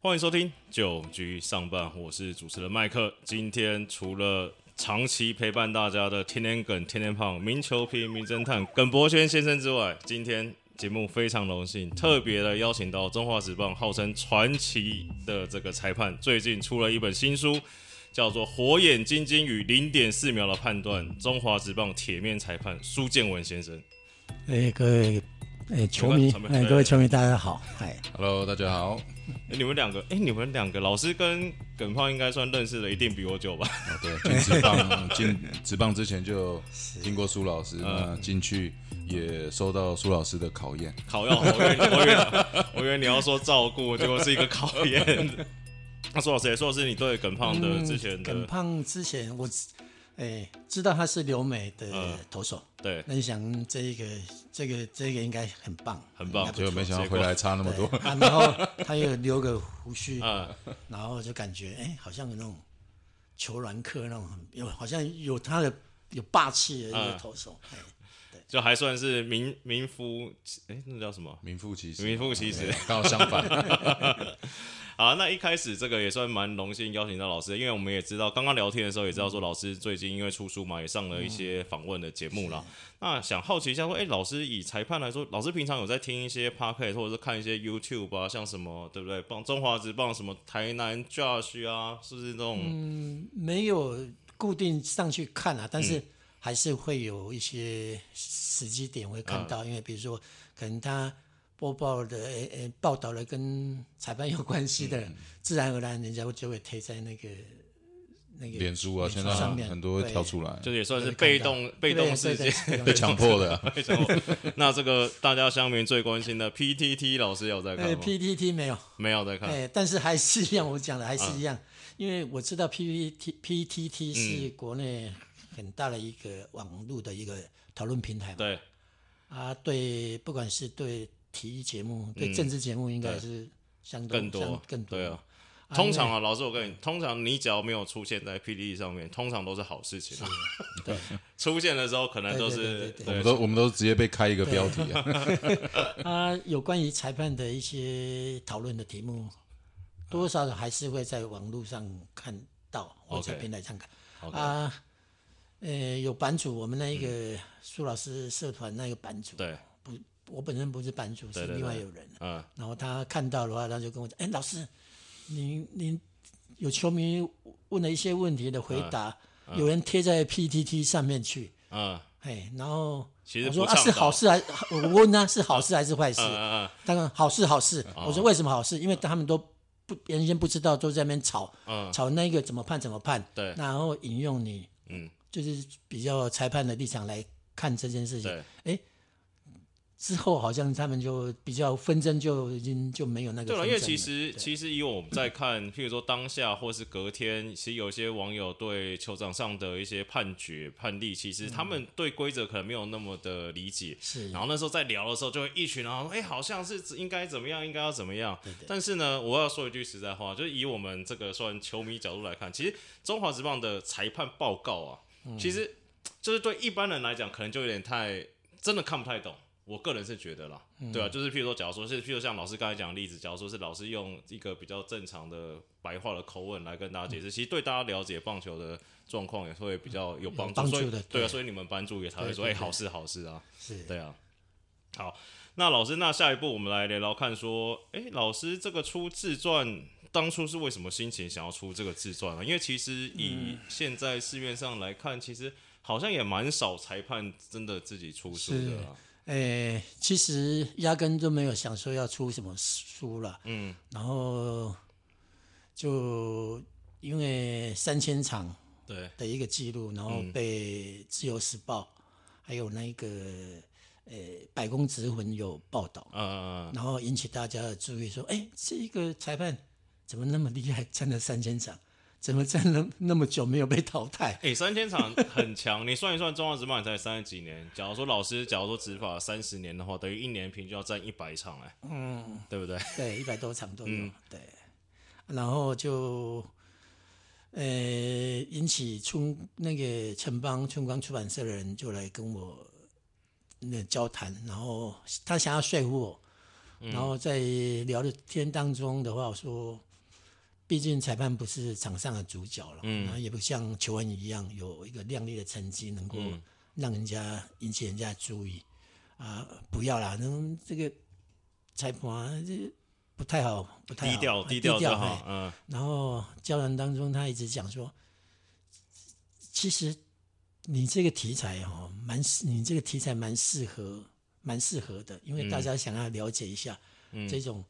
欢迎收听九局上半，我是主持人麦克。今天除了长期陪伴大家的天天梗、天天胖、名球评、名侦探耿博轩先生之外，今天节目非常荣幸，特别的邀请到中华职棒号称传奇的这个裁判，最近出了一本新书，叫做《火眼金睛与0.4秒的判断》，中华职棒铁面裁判苏建文先生。 各位球迷，各位球迷，大家好。 Hello， 大家好。 你们两个老师跟耿胖应该算认识的，一定比我久吧？ 对，进职棒之前就听过苏老师，那进去也受到苏老师的考验。 我以为你要说照顾，结果是一个考验。那苏老师也说是你对耿胖的之前的耿胖之前我知道他是留美的投手， 对， 那你想这个应该很棒， 很棒， 结果没想到回来差那么多。 然后他又留个胡须，然后就感觉好像有那种球兰克那种好像有他的有霸气的一个投手， 就还算是名副那叫什么？ 名副其实，刚好相反。 好，那一开始这个也算蛮荣幸邀请到老师，因为我们也知道，刚刚聊天的时候也知道说老师最近因为出书嘛，也上了一些访问的节目啦。那想好奇一下说，老师以裁判来说，老师平常有在听一些 podcast 或者是看一些 YouTube 啊，像什么对不对？中华职棒什么台南 Josh 啊，是不是这种？ 没有固定上去看啊，但是还是会有一些时机点会看到，因为比如说可能他播报的报道了跟裁判有关系的，自然而然人家就会贴在那个脸书啊，现在很多会跳出来， 就也算是被动事件， 被强迫的。 那这个大家乡民最关心的 PTT 老师有在看吗 ？PTT 没有在看， 但是还是一样，我讲的还是一样，因为我知道 PTT 是国内很大的一个网络的一个讨论平台嘛。 对对，不管是对体育节目、对政治节目，应该是相对更多。 对啊。通常老师通常你只要没有出现在 PTT 上面，通常都是好事情。 对， 出现的时候可能都是我们都直接被开一个标题有关于裁判的一些讨论的题目，多少还是会在网络上看到，或者平台上看。有版主，我们那一个苏老师社团那个版主， 对， 我本身不是版主，是另外有人。然后他看到的话，他就跟我讲：“老师，你有球迷问了一些问题的回答，有人贴在 PTT 上面去。”然后我说：“是好事还？”我问他是好事还是坏事？他说：“好事。”我说：“为什么好事？因为他们都原先不知道，都在那边吵那个怎么判。 对， 然后引用你。就是比较裁判的立场来看这件事情，之后好像他们就比较纷争已经就没有那个纷争了。 对了，因为其实以我们在看，譬如说当下或是隔天，其实有些网友对球场上的一些判例，其实他们对规则可能没有那么的理解。 是， 然后那时候在聊的时候，就会一群人说，好像是应该怎么样，应该要怎么样。 对。 但是呢，我要说一句实在话，就是以我们这个算球迷角度来看，其实中华职棒的裁判报告啊，其实就是对一般人来讲，可能就有点真的看不太懂。我个人是觉得啦，对啊，就是譬如说，假如说是譬如像老师刚才讲的例子，假如说是老师用一个比较正常的白话的口吻来跟大家解释，其实对大家了解棒球的状况也会比较有帮助。 所以对啊，所以你们班主也才会说，好事啊， 是， 对啊。好，那老师，那下一步我们来聊聊看，说，老师这个出自传，当初是为什么心情想要出这个自传呢？因为其实以现在市面上来看，其实好像也蛮少裁判真的自己出书的啦。 其实压根都没有想说要出什么书了，然后就因为3000场的一个记录，然后被自由时报还有那个百工直魂有报道，然后引起大家的注意，说这一个裁判怎么那么厉害，站了3000场，怎么站了那么久没有被淘汰 ？3000场很强，你算一算，中华职棒才30几年。假如说执法30年的话，等于1年平均要站100场对不对？ 对，100多场都有。对，然后就引起那个春光出版社的人就来跟我交谈，然后他想要说服我， 然后在聊的天当中的话，我说，毕竟裁判不是场上的主角了，然后也不像球员一样有一个亮丽的成绩能够让人家引起人家的注意啊，不要啦，这个裁判这不太好， 低调就好。 然后教练当中他一直讲说，其实你这个题材你这个题材蛮适合的，因为大家想要了解一下这种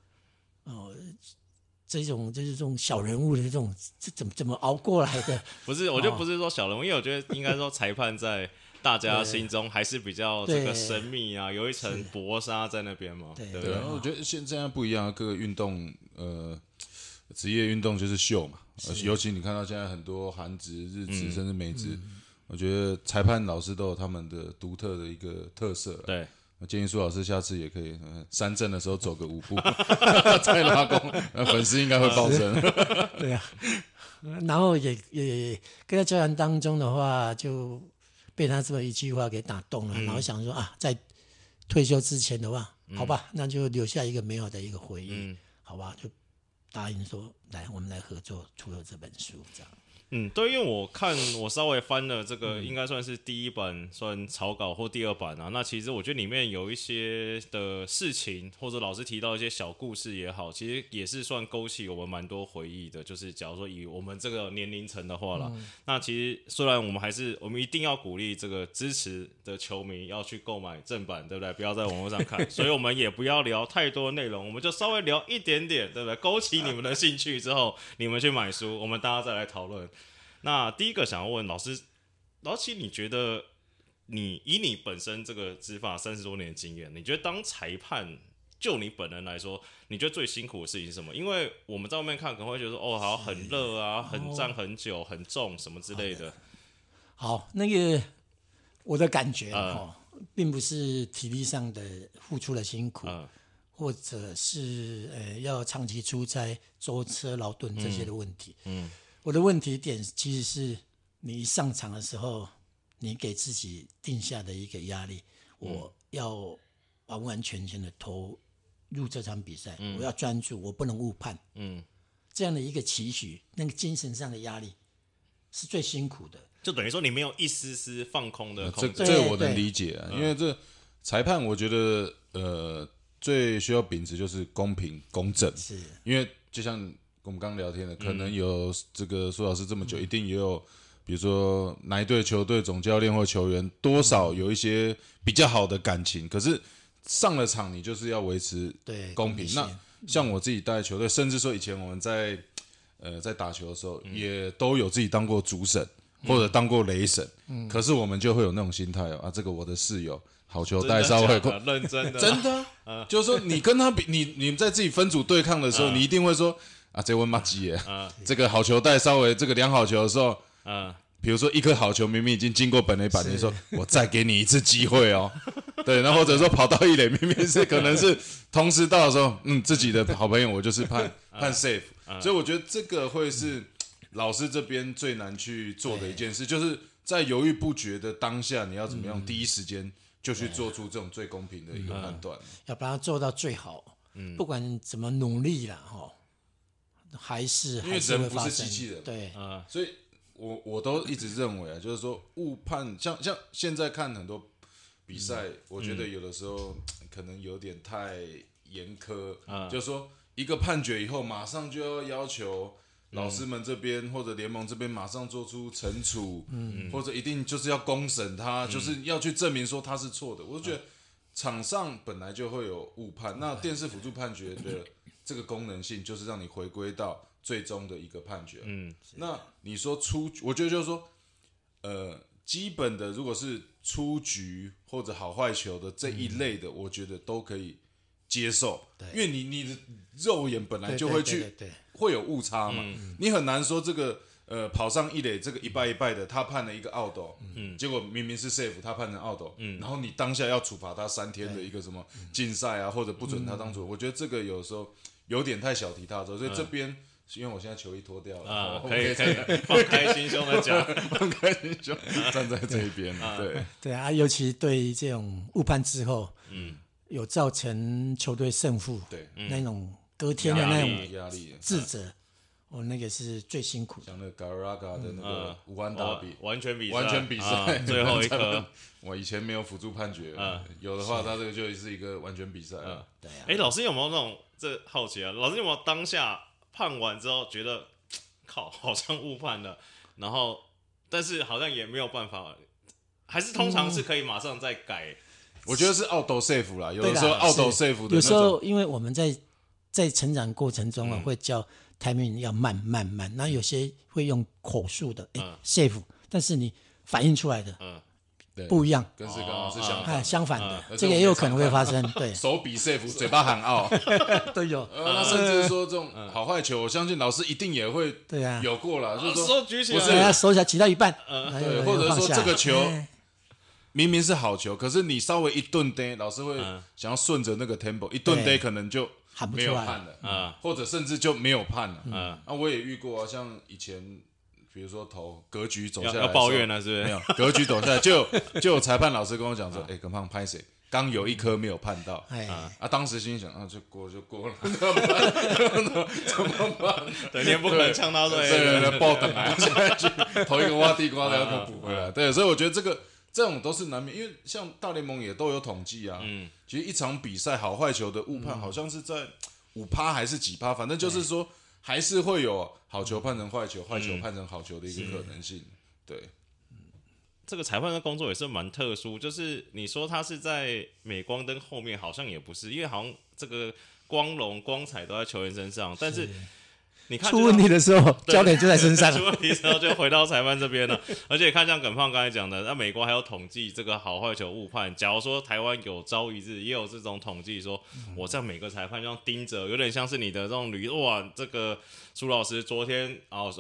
就是这种小人物的这种怎么熬过来的。 不是，我就不是说小人物，因为我觉得应该说裁判在大家心中还是比较这个神秘啊，有一层薄纱在那边嘛。对不对？ 我觉得现在不一样，各个运动职业运动就是秀嘛，尤其你看到现在很多韩职、日职甚至美职，我觉得裁判老师都有他们的独特的一个特色。 对。 我建议苏老师下次也可以三振的时候走个5步再拉弓，粉丝应该会爆声。 对啊，然后也跟他交谈当中的话，就被他这么一句话给打动了，然后想说啊，在退休之前的话，好吧，那就留下一个美好的一个回忆，好吧，就答应说来，我们来合作出了这本书，这样。 对，因为我稍微翻了这个，应该算是第一版算草稿或第2版啊。那其实我觉得里面有一些的事情，或者老师提到一些小故事也好，其实也是算勾起我们蛮多回忆的。就是假如说以我们这个年龄层的话啦，那其实虽然我们一定要鼓励这个支持的球迷要去购买正版，对不对？不要在网络上看，所以我们也不要聊太多内容，我们就稍微聊一点点，对不对？勾起你们的兴趣之后，你们去买书，我们大家再来讨论。那第一个想要问老师，你觉得以你本身这个执法30多年的经验，你觉得当裁判，就你本人来说，你觉得最辛苦的事情是什么？因为我们在外面看可能会觉得说，好像很热啊，很站很久，很重什么之类的。 好，那个我的感觉并不是体力上的付出的辛苦，或者是要长期出差、舟车劳顿这些的问题。我的问题点其实是你一上场的时候，你给自己定下的一个压力，我要完完全全的投入这场比赛，我要专注，我不能误判。这样的一个期许，那个精神上的压力是最辛苦的。 就等于说你没有一丝丝放空的空间。这我能理解啊，因为这裁判我觉得最需要秉持就是公平公正， 是因为就像我们刚刚聊天的，可能有这个苏老师这么久，一定也有，比如说哪一队球队总教练或球员，多少有一些比较好的感情。可是上了场，你就是要维持公平。那像我自己带球队，甚至说以前我们在打球的时候，也都有自己当过主审或者当过雷审。可是我们就会有那种心态这个我的室友好球带稍微认真的， 真的就是说你跟他比，你们在自己分组对抗的时候，你一定会说。这问马基耶，这个好球带稍微这个量好球的时候，比如说一颗好球明明已经经过本垒板，你说我再给你一次机会哦，对，那或者说跑到一垒，明明是可能是同时到的时候，自己的好朋友我就是判 safe，所以我觉得这个会是老师这边最难去做的一件事，就是在犹豫不决的当下，你要怎么样第一时间就去做出这种最公平的一个判断， 要把它做到最好，不管怎么努力啦，还是因为人不是机器人， 对， 所以我都一直认为就是说误判，像现在看很多比赛，我觉得有的时候可能有点太严苛，就是说一个判决以后，马上就要求老师们这边或者联盟这边马上做出惩处，或者一定就是要公审他，就是要去证明说他是错的。我就觉得场上本来就会有误判，那电视辅助判决的这个功能性就是让你回归到最终的一个判决。那你说我觉得就是说，基本的如果是出局或者好坏球的这一类的，我觉得都可以接受，因为你的肉眼本来就会会有误差嘛，你很难说这个跑上一垒这个一败一败的，他判了一个out，结果明明是 safe， 他判成 out，然后你当下要处罚他3天的一个什么禁赛啊，或者不准他当主，我觉得这个有时候有点太小题大做，所以这边。因为我现在球衣脱掉了， 可以放开心胸的讲， 放开心胸站在这一边，对啊，尤其对这种误判之后， 有造成球队胜负对那种隔天的那种压力自责。那个是最辛苦的。 像那个 Galarraga 的那个武安打比， 完全比赛， 最后一颗。 我以前没有辅助判决，有的话，他这个就是一个完全比赛。 对啊。 老师有没有那种这好奇啊？老师有没有当下判完之后觉得，靠，好像误判了，然后但是好像也没有办法，还是通常是可以马上再改。 我觉得是auto save 啦，有的时候auto save 的。 有时候因为我们在成长过程中会叫 timing 要慢，那有些会用口述的save， 但是你反映出来的不一样， 跟是刚刚是相反的，这个也有可能会发生。对， 手比 save， 嘴巴喊out 都有。 那甚至说这种好坏球，我相信老师一定也会有过啦，就是说手举起来， 不是手起来举到一半， 对，或者说这个球明明是好球，可是你稍微一顿呆，老师会想要顺着那个 tempo， 一顿呆可能就没有判了，或者甚至就没有判了。我也遇过啊，像以前比如说投格局走下来要抱怨了，是不是？ 没有格局走下来，就有裁判老师跟我讲说，耿胖拍谁？刚有一颗没有判到，当时心想就过了，怎么办？ 对，你也不可能呛他说， 对，爆等来，现在去投一个挖地瓜的要补回来。对，所以我觉得这种都是难免，因为像大联盟也都有统计啊。其实一场比赛好坏球的误判好像是在5%还是几%，反正就是说还是会有好球判成坏球，坏球判成好球的一个可能性。对， 这个裁判的工作也是蛮特殊，就是你说他是在镁光灯后面，好像也不是，因为好像这个光荣光彩都在球员身上，但是你看出问题的时候，焦点就在身上。 出问题的时候就回到裁判这边了。而且看像耿胖刚才讲的，那美国还有统计这个好坏球误判。假如说台湾有朝一日也有这种统计，说我在每个裁判这样盯着，有点像是你的这种哇，这个苏老师昨天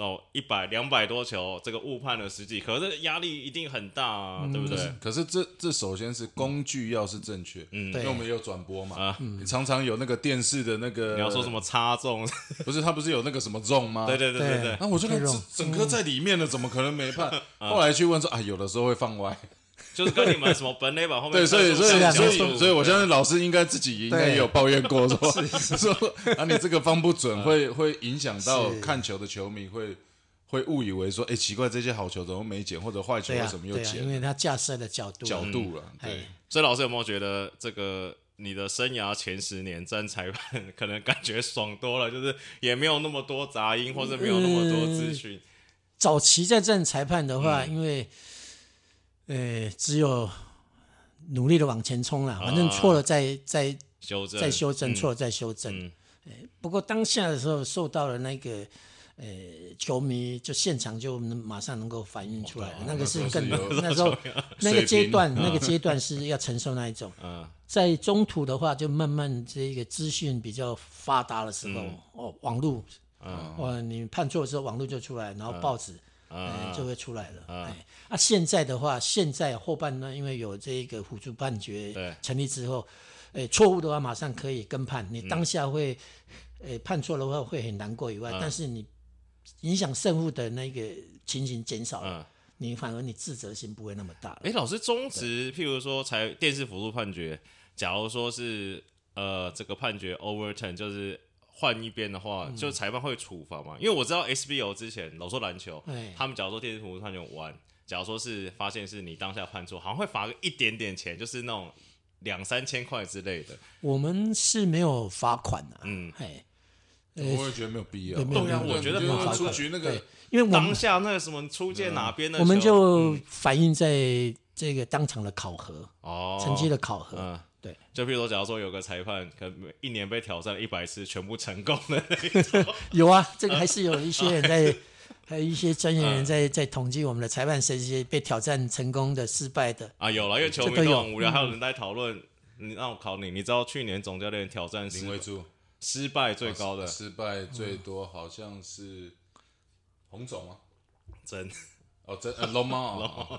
100、200多球，这个误判了10几，可是压力一定很大啊，对不对？ 可是这首先是工具要是正确，因为我们也有转播嘛，你常常有那个电视的那个， 你要说什么插中， 不是他不是有那个什么 zone 吗？ 对。 那我就看整颗在里面了，怎么可能没判？后来去问说有的时候会放歪， 就是跟你们什么本垒板后面对，所以我相信老师应该自己应该也有抱怨过，说你这个放不准，会影响到看球的球迷会误以为说，奇怪，这些好球怎么没捡，或者坏球为什么又捡？ 因为他架设的角度了。对， 所以老师有没有觉得这个？你的生涯前10年站裁判，可能感觉爽多了，就是也没有那么多杂音，或者没有那么多资讯。 早期在站裁判的话，因为只有努力的往前冲啦，反正错了再修正，错了再修正。不过当下的时候受到了那个球迷就现场就马上能够反映出来了，那个是更那时候那个阶段是要承受那一种。在中途的话，就慢慢这个资讯比较发达的时候，网络，你判错的时候，网络就出来，然后报纸就会出来了。现在的话，现在后半段因为有这个辅助判决成立之后，错误的话马上可以更判，你当下会判错的话会很难过以外，但是你影响胜负的那个情形减少了。你反而你自责心不会那么大了。 老师中职，譬如说电视辅助判决，假如说是这个判决 overturn， 就是换一边的话，就裁判会处罚嘛？因为我知道 SBO 之前老说篮球，他们假如说电视辅助判决完，假如说是发现是你当下判错，好像会罚个一点点钱，就是那种2-3千块之类的。 我们是没有罚款的， 我也觉得没有必要。 对啊，我觉得没有罚出局那个。 因为当下那个什么出界哪边的， 我们就反映在这个当场的考核成绩的考核。对， 就比如说，假如说有个裁判，可能1年被挑战了100次，全部成功的那一种。 有啊，这个还是有一些人在，还有一些专业人在统计我们的裁判谁被挑战成功的、失败的啊，有了，因为球迷都很无聊，还有人在讨论。让我考你，你知道去年总教练挑战林威柱失败最高的， 失败最多好像是。洪总吗？ 真龙猫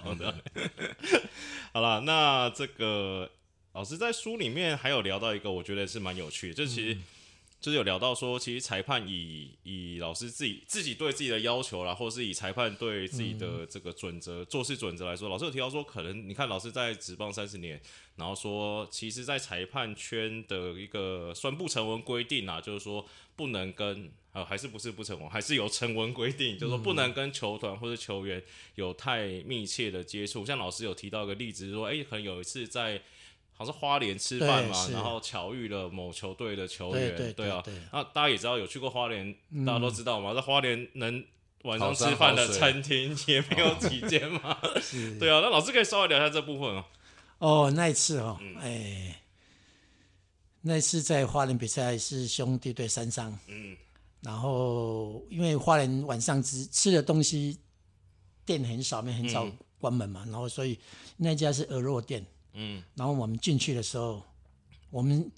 好了，那这个老师在书里面还有聊到一个，我觉得是蛮有趣的，就是其实就是有聊到说，其实裁判以老师自己对自己的要求啦，或是以裁判对自己的这个准则、做事准则来说，老师有提到说，可能你看老师在职棒30年，然后说，其实，在裁判圈的一个算不成文规定啊，就是说不能跟还是不是不成文，还是有成文规定，就是说不能跟球团或者球员有太密切的接触。像老师有提到一个例子，说，可能有一次在好像是花莲吃饭嘛，然后巧遇了某球队的球员，对啊，那大家也知道有去过花莲，大家都知道嘛，在花莲能晚上吃饭的餐厅也没有几间嘛，对啊，那老师可以稍微聊一下这部分那一次那一次在花莲比赛是兄弟对三商，然后因为花莲晚上吃的东西店很少关门嘛，然后所以那家是鹅肉店。然后我们进去的时候，我们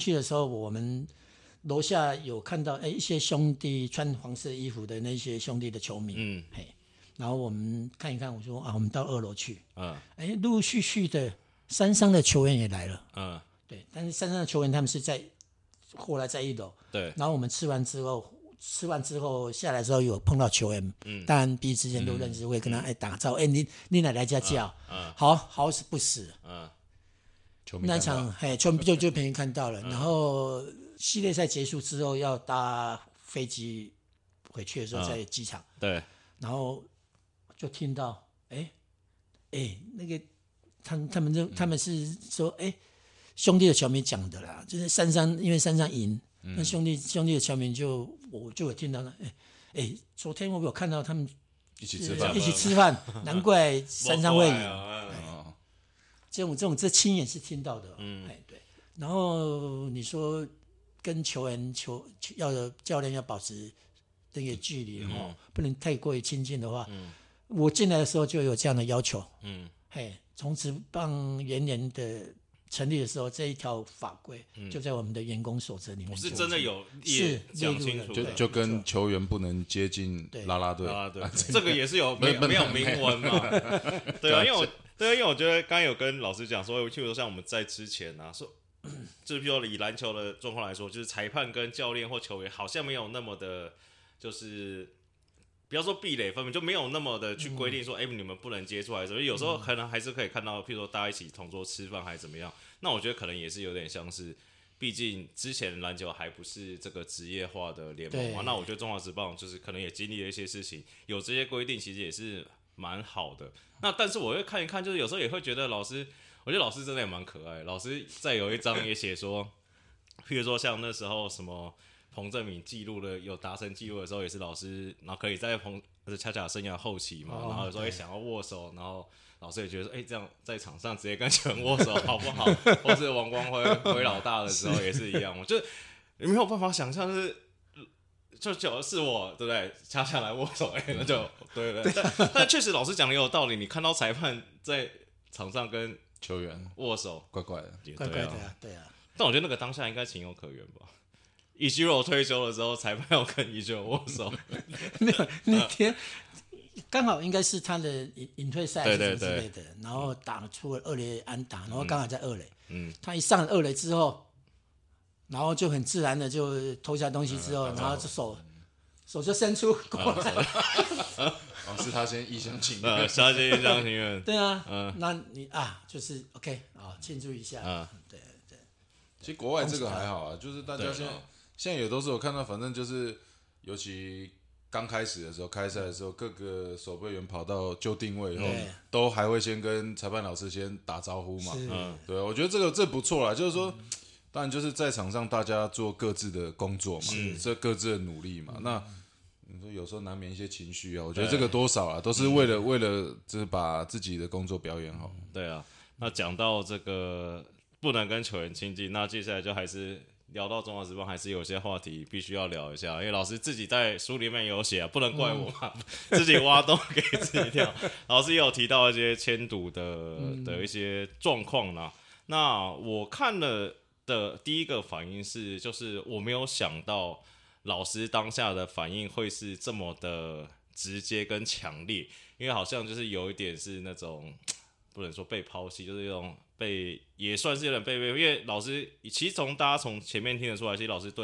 楼下有看到一些兄弟穿黄色衣服的那些兄弟的球迷，然后我们看一看，我说我们到2楼去，陆陆续续的三商的球员也来了，对，但是三商的球员他们是后来在1楼， 对， 然后我们吃完之后下来之后有碰到球员，当然彼此之间都认识，会跟他打招呼，你来家叫，好死不死，那场球迷就别人看到了，然后系列赛结束之后要搭飞机回去的时候在机场， 对， 然后就听到那个他们是说兄弟的球迷讲的啦，就是因为三商赢。那兄弟的球迷我就有听到了，昨天我有看到他们一起吃饭， 难怪三商会赢。这亲眼是听到的，对。然后你说跟球员教练要保持那个距离不能太过于亲近的话，我进来的时候就有这样的要求，从职棒元年的成立的时候，这一条法规就在我们的员工守则里面， 是真的有讲清楚， 就跟球员不能接近啦啦队， 这个也是有没有明文嘛？对啊，因为我觉得刚刚有跟老师讲说，譬如说像我们在之前说，就是譬如说以篮球的状况来说，就是裁判跟教练或球员好像没有那么的，就是不要说壁垒分明，就没有那么的去规定说，你们不能接触还是什么，有时候可能还是可以看到，譬如说大家一起同桌吃饭还是怎么样。那我觉得可能也是有点像是，毕竟之前篮球还不是这个职业化的联盟嘛。那我觉得中华职棒就是可能也经历了一些事情，有这些规定其实也是蛮好的。那但是我会看一看，就是有时候也会觉得我觉得老师真的也蛮可爱。老师在有一章也写说，譬如说像那时候什么彭政闵有达成记录的时候，也是老师，然后可以在恰恰生涯后期嘛，然后有时候也想要握手，然后老师也觉得说，这样在场上直接跟球员握手好不好？或是王光辉老大的时候也是一样，我就没有办法想象，就是我对不对？恰恰来握手，那就对。但确实老师讲的也有道理，你看到裁判在场上跟球员握手， 怪怪的， 怪怪的啊，对啊。 但我觉得那个当下应该情有可原吧。伊西罗退休的时候，裁判要跟伊西罗握手， 没有那天刚好应该是他的隐退赛什么之类的，然后打出了2垒安打，然后刚好在2垒，他一上了2垒之后，然后就很自然的就投下东西之后，然后就手就伸出过来， 是他先一厢情愿， 他先一厢情愿， 对啊，那你就是 OK 庆祝一下，对。 其实国外这个还好啊，就是大家现在也都是有看到，反正就是尤其刚开始的时候，开赛的时候，各个守备员跑到就定位以后，都还会先跟裁判老师先打招呼嘛。对，我觉得这不错啦，就是说，当然就是在场上大家做各自的工作嘛，这各自的努力嘛。那你说有时候难免一些情绪啊，我觉得这个多少啊，都是为了就是把自己的工作表演好。 对啊，那讲到这个不能跟球员亲近，那接下来就还是聊到中华职棒，还是有些话题必须要聊一下，因为老师自己在书里面有写不能怪我嘛，自己挖洞给自己跳。老师也有提到一些签赌的一些状况啦。那我看了的第一个反应是，就是我没有想到老师当下的反应会是这么的直接跟强烈，因为好像就是有一点是那种不能说被抛弃，就是那种也算是有点被，因为老师其实大家从前面听得出来，其实老师对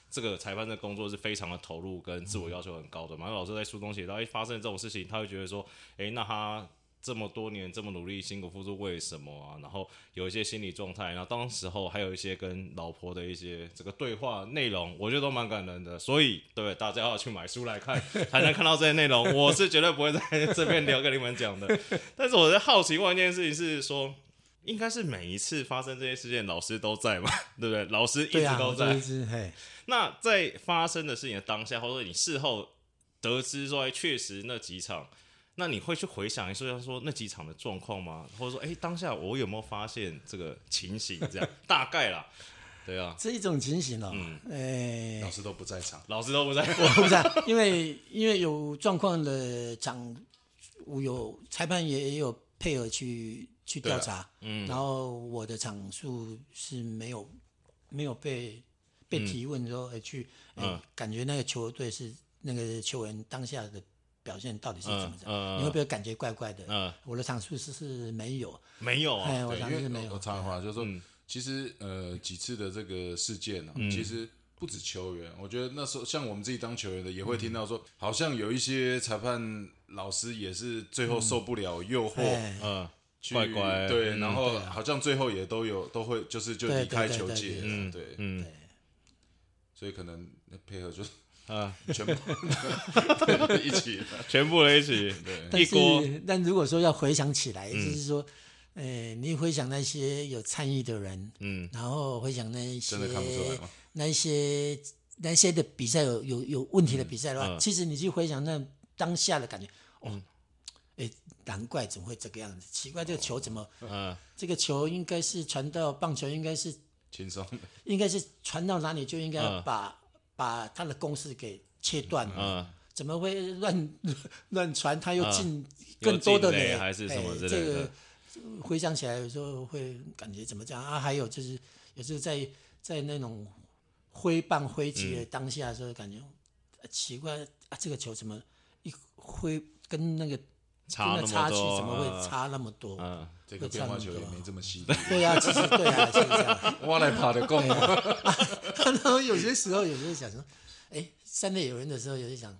这个裁判的工作是非常的投入跟自我要求很高的嘛。老师在书中写到，发生这种事情，他会觉得说，那他这么多年这么努力辛苦付出为什么啊？然后有一些心理状态，然后当时候还有一些跟老婆的一些这个对话内容，我觉得都蛮感人的。所以对大家要去买书来看，才能看到这些内容。我是绝对不会在这边聊跟你们讲的。但是我在好奇问一件事情是说，应该是每一次发生这些事件，老师都在嘛？对不对？老师一直都在。那在发生的事情的当下，或者你事后得知说，确实那几场，那你会去回想一下说那几场的状况吗？或者说，当下我有没有发现这个情形？这样大概啦，对啊， 这一种情形哦， 老师都不在场， 老师都不在， 我不在，因为有状况的有裁判也有配合去调查，然后我的场数是没有被提问说感觉那个球队是那个球员当下的表现到底是怎么样？你会不会感觉怪怪的？我的场数是没有啊，我场数是没有。 我插个话就是说，其实几次的这个事件啊，其实不止球员，我觉得那时候像我们自己当球员的，也会听到说，好像有一些裁判老师也是最后受不了诱惑， 乖乖对，然后好像最后也都会就离开球界，对，所以可能配合就是全部一起， 全部一起， 对，一锅。但如果说要回想起来，就是说，你回想那些有参与的人，然后回想那些真的看不出来吗？ 那些的比赛有问题的比赛的话，其实你去回想那当下的感觉，难怪怎么会这个样子？奇怪，这个球怎么？这个球应该是传到棒球，应该是轻松的， 应该是传到哪里就应该把他的攻势给切断了。怎么会乱传？他又进更多的垒， 还是什么之类的？ 这个回想起来，有时候会感觉怎么这样啊？还有就是有时候在那种挥棒挥击的当下的时候，感觉奇怪啊，这个球怎么一挥跟那个。 差距怎么会差那么多？ 这个变化球也没这么细。 对啊，其实对啊，是这样。 我来爬的够。 然后有些时候想说，三垒有人的时候，有些想，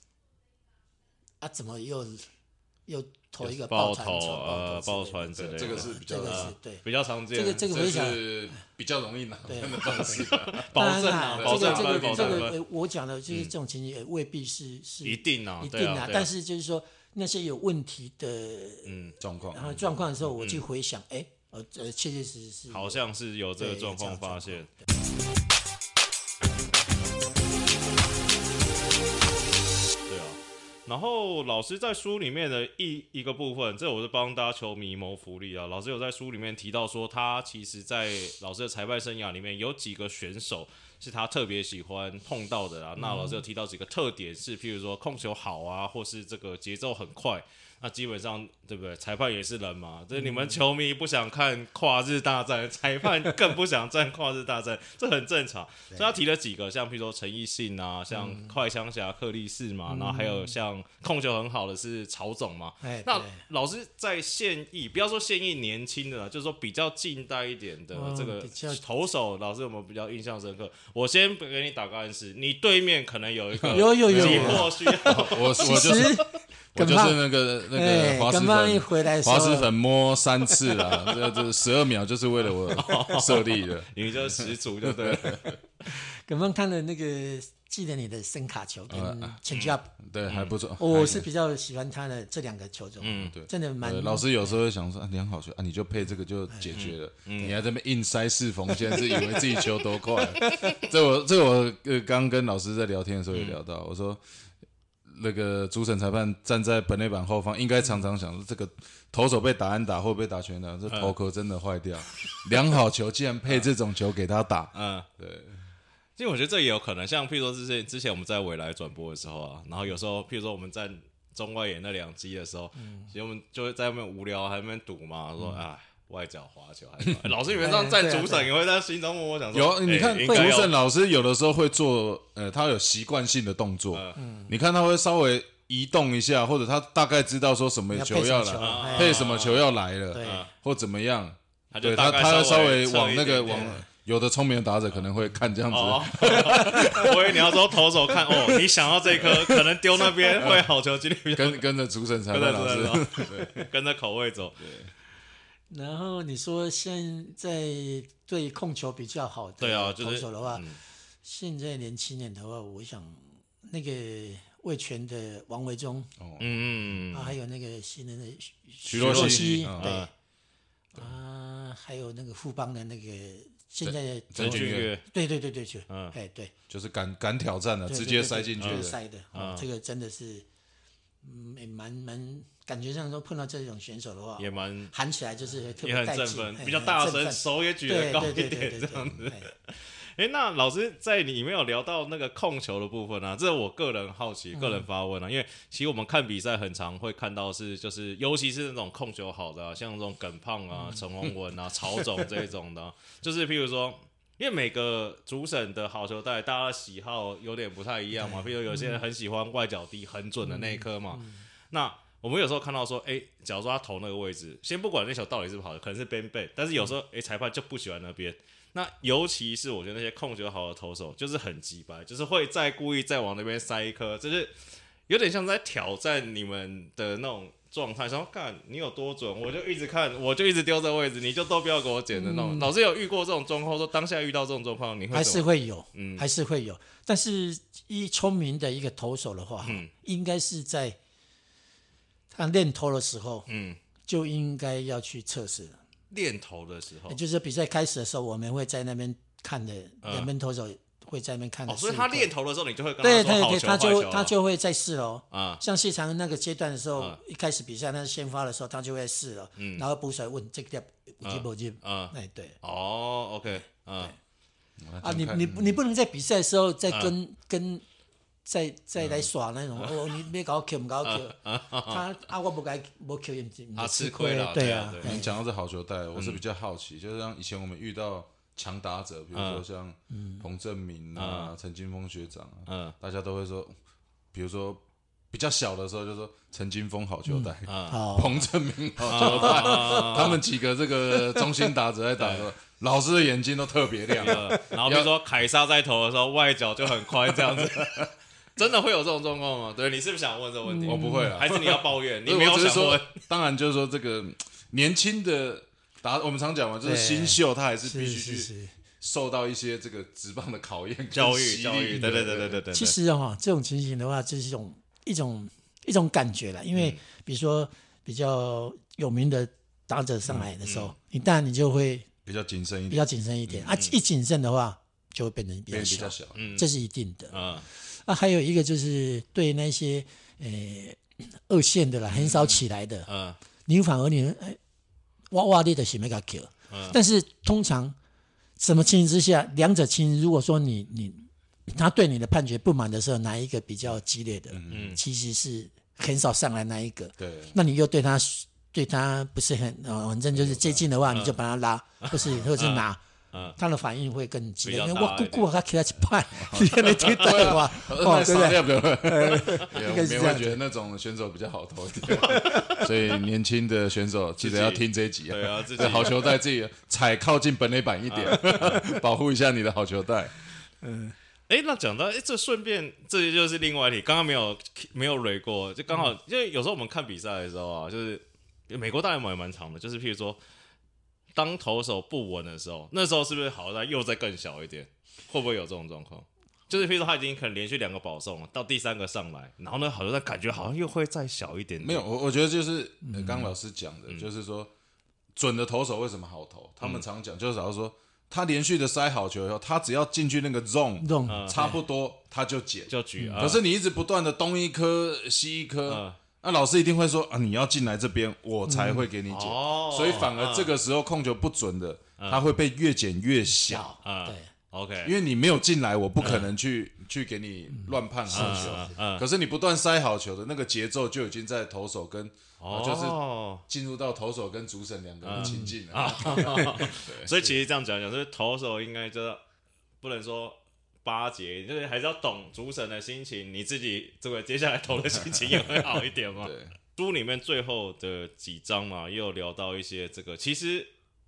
怎么又投一个爆传之类的， 这个是比较对比较常见。 这个我想是比较容易拿分的方式。 保证分。 这个我讲的就是这种情形，未必是一定啊， 但是就是说。那些有问题的状况， 然后状况的时候，我去回想，确实是好像是有这个状况发现。对啊，然后老师在书里面的一个部分，这我是帮大家球迷谋福利啊。老师有在书里面提到说，他其实在老师的裁判生涯里面有几个选手。是他特别喜欢碰到的啦。那老师有提到几个特点是，譬如说控球好啊，或是这个节奏很快。那基本上对不对？裁判也是人嘛，这你们球迷不想看跨日大战，裁判更不想战跨日大战，这很正常。所以他提了几个，像譬如说陈奕迅啊，像快枪侠克力士嘛，然后还有像控球很好的是曹总嘛。那老师在现役，不要说现役年轻的啦，就是说比较近代一点的这个投手，老师有没有比较印象深刻？我先给你打个暗示，你对面可能有一个急迫需要， 我就是那个滑石粉摸3次啦，这12秒就是为了我设立的， 你就十足就对了。 刚刚看了那个记得你的声卡球跟 change up， 对，还不错。 我是比较喜欢他的这两个球种，对，真的蛮。 老师有时候会想说良好球你就配这个就解决了，你还在那边硬塞4缝线，是以为自己球多快。这我刚跟老师在聊天的时候也聊到，我说。那个主审裁判站在本垒板后方，应该常常想说，这个投手被打安打或被打全打，这头壳真的坏掉。良好球竟然配这种球给他打，对。 其实我觉得这也有可能，像譬如说之前我们在未来转播的时候啊，然后有时候譬如说我们在中外野那2击的时候，其实我们就会在那边无聊，还在那边赌嘛，说外角滑球还是老师，你们这样站主审也会在心中默默想说， 有你看主审老师有的时候会做，他有习惯性的动作，你看他会稍微移动一下，或者他大概知道说什么球要来，配什么球要来了，或怎么样，对他稍微往那个有的聪明的打者可能会看这样子。 我以为你要说投手看你想要这一颗，可能丢那边会好球几率比较跟着主审裁判老师， 跟着口味走。 对。然后你说现在对控球比较好的投手的话，现在年轻人的话，我想那个味全的王维忠，还有那个新人的徐若曦， 对，还有那个富邦的那个现在的陈俊岳， 对，对， 就是敢挑战的，直接塞进去塞的，这个真的是，蛮感觉上说碰到这种选手的话， 也蛮喊起来就是特别也很振奋，比较大声，手也举得高一点，这样子。那老师在里面有聊到那个控球的部分啊，这是我个人好奇、个人发问啊，因为其实我们看比赛很常会看到就是尤其是那种控球好的像这种耿胖啊、陈宏文啊、曹总这一种的，就是譬如说，因为每个主审的好球带，大家的喜好有点不太一样嘛，譬如有些人很喜欢外角低很准的那一颗嘛，那我们有时候看到说，假如说他投那个位置，先不管那球到底是不是好的，可能是边背，但是有时候裁判就不喜欢那边。那尤其是我觉得那些控球好的投手，就是很鸡掰，就是会故意再往那边塞一颗，就是有点像在挑战你们的那种状态，说看你有多准，我就一直看，我就一直丢这位置，你就都不要给我捡的那种。老师有遇过这种状况，说当下遇到这种状况，你会还是会有，还是会有。但是聪明的一个投手的话，应该是在他练投的时候，就应该要去测试了。 练投的时候， 就是比赛开始的时候，我们会在那边看的，两边投手会在那边看的。 所以他练投的时候，你就会跟他说好球坏球， 他就会在试了。像谢长那个阶段的时候，一开始比赛那是先发的时候，他就会试了，然后捕手问这个不进，对。 OK， 你不能在比赛的时候再跟再来耍那种你别搞 Q 不搞 Q， 我不该不 Q 他吃亏了， 对啊。 你讲到这好球带，我是比较好奇，就是像以前我们遇到强打者，比如说像彭政闵啊、陈金锋学长啊，大家都会说，比如说比较小的时候就说陈金锋好球带，彭政闵好球带，他们几个这个中心打者在打的时候，老师的眼睛都特别亮。 然后比如说凯撒在投的时候，外角就很宽这样子。真的会有这种状况吗？对，你是不是想问这个问题？ 我不会啊， 还是你要抱怨？你没有想问？ 当然就是说这个年轻的我们常讲嘛，就是新秀他还是必须去受到一些这个职棒的考验、 教育。对。 其实这种情形的话，就是一种感觉啦。因为比如说比较有名的打者上来的时候，当然你就会比较谨慎一点。一谨慎的话，就会变得比较小，这是一定的。还有一个就是对那些二线的啦，很少起来的，你反而哇你的是没个 Q，但是通常什么情形之下，两者情形，如果说他对你的判决不满的时候，哪一个比较激烈的，其实是很少上来那一个， 对， 那你又对他不是反正就是接近的话，你就把他拉，或是拿。他的反应会更激烈，因为我姑姑他给他一派，你听对吧？ 对不对？我们也会觉得那种选手比较好投一点，所以年轻的选手记得要听这一集啊。 对啊， 这好球带自己踩靠近本垒板一点，保护一下你的好球带。 那讲到这顺便这就是另外一题，刚刚没有蕊过，就刚好因为有时候我们看比赛的时候啊，就是美国大联盟也蛮长的，就是譬如说。当投手不稳的时候，那时候是不是好在又再更小一点？会不会有这种状况？就是譬如说他已经可能连续2个保送了，到第3个上来，然后呢，好像感觉好像又会再小一点点。 没有，我觉得就是刚刚老师讲的，就是说准的投手为什么好投？他们常讲就是假如说他连续的塞好球以后，他只要进去那个 zone 差不多他就捡就举。 可是你一直不断的东一颗西一颗。那老师一定会说你要进来这边，我才会给你捡。所以反而这个时候控球不准的，它会被越捡越小。 对 ，OK， 因为你没有进来，我不可能去给你乱判好球。可是你不断塞好球的那个节奏就已经在投手跟就是进入到投手跟主审2个人的情境了。 所以其实这样讲，就是投手应该就不能说。巴结，就是还是要懂主审的心情，你自己这个接下来投的心情也会好一点嘛。 对， 书里面最后的几章嘛，也有聊到一些这个，其实